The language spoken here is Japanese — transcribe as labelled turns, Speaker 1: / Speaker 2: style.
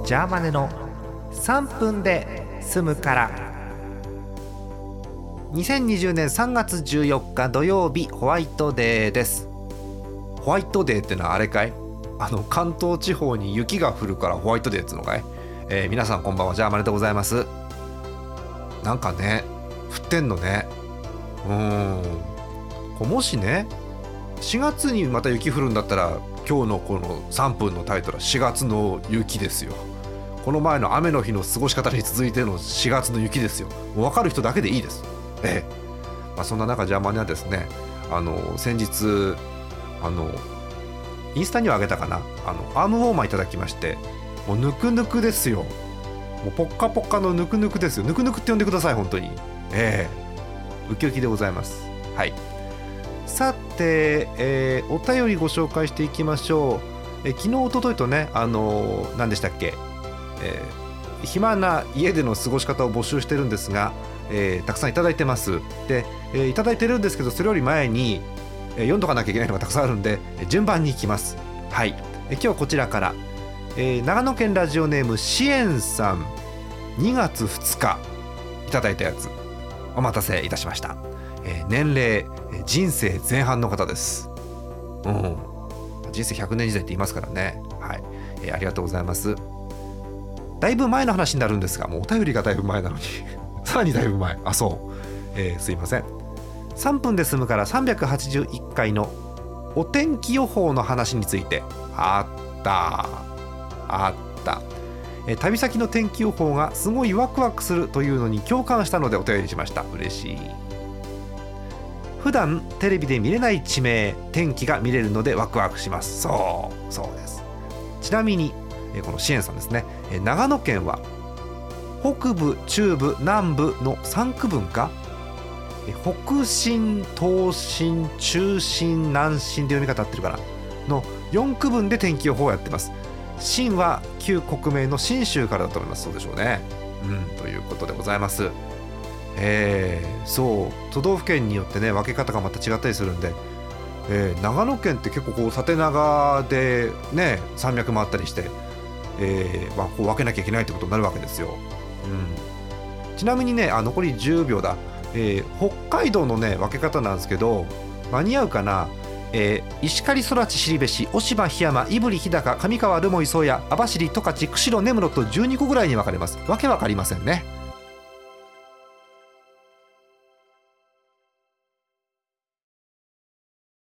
Speaker 1: ジャーマネの3分で済むから。2020年3月14日土曜日、ホワイトデーです。ホワイトデーってのはあれかい？関東地方に雪が降るからホワイトデーってのかい？皆さんこんばんは、ジャーマネでございます。なんかね、降ってんのね。もしね4月にまた雪降るんだったら、今日のこの3分のタイトルは4月の雪ですよ。この前の雨の日の過ごし方に続いての4月の雪ですよ。もう分かる人だけでいいです。そんな中、ジャーマネはですね、先日インスタにはあげたかな、アームウォーマーいただきまして、もうぬくぬくですよ。もうポッカポカのぬくぬくですよ。ぬくぬくって呼んでください、本当に。ウキウキでございます。はい。さて、お便りご紹介していきましょう。昨日一昨日とね、何でしたっけ、暇な家での過ごし方を募集してるんですが、たくさんいただいてます。で、いただいてるんですけど、それより前に、読んどかなきゃいけないのがたくさんあるんで、順番に行きます。はい。今日はこちらから、長野県ラジオネームしえんさん、2月2日いただいたやつ、お待たせいたしました。年齢人生前半の方です。人生100年時代って言いますからね。はい。ありがとうございます。だいぶ前の話になるんですが、もうお便りがだいぶ前なのにさらにだいぶ前。そう、すいません。3分で済むから381回のお天気予報の話について。あった旅先の天気予報がすごいワクワクするというのに共感したのでお便りしました。嬉しい。普段テレビで見れない地名、天気が見れるのでワクワクします。そうです。ちなみにこの支援さんですね、長野県は北部、中部、南部の3区分か、北進、東進、中進、南進で読み方合ってるかなの4区分で天気予報をやってます。進は旧国名の信州からだと思います。そうでしょうね。ということでございます。そう都道府県によってね、分け方がまた違ったりするんで、長野県って結構こう縦長でね、山脈もあったりして、こう分けなきゃいけないってことになるわけですよ。ちなみにね、残り10秒だ。北海道のね分け方なんですけど、間に合うかな。石狩、空知、後志、雄島、檜山、胆振、日高、上川、留萌、宗谷、網走、十勝、釧路、根室と12個ぐらいに分かれます。わけわかりませんね。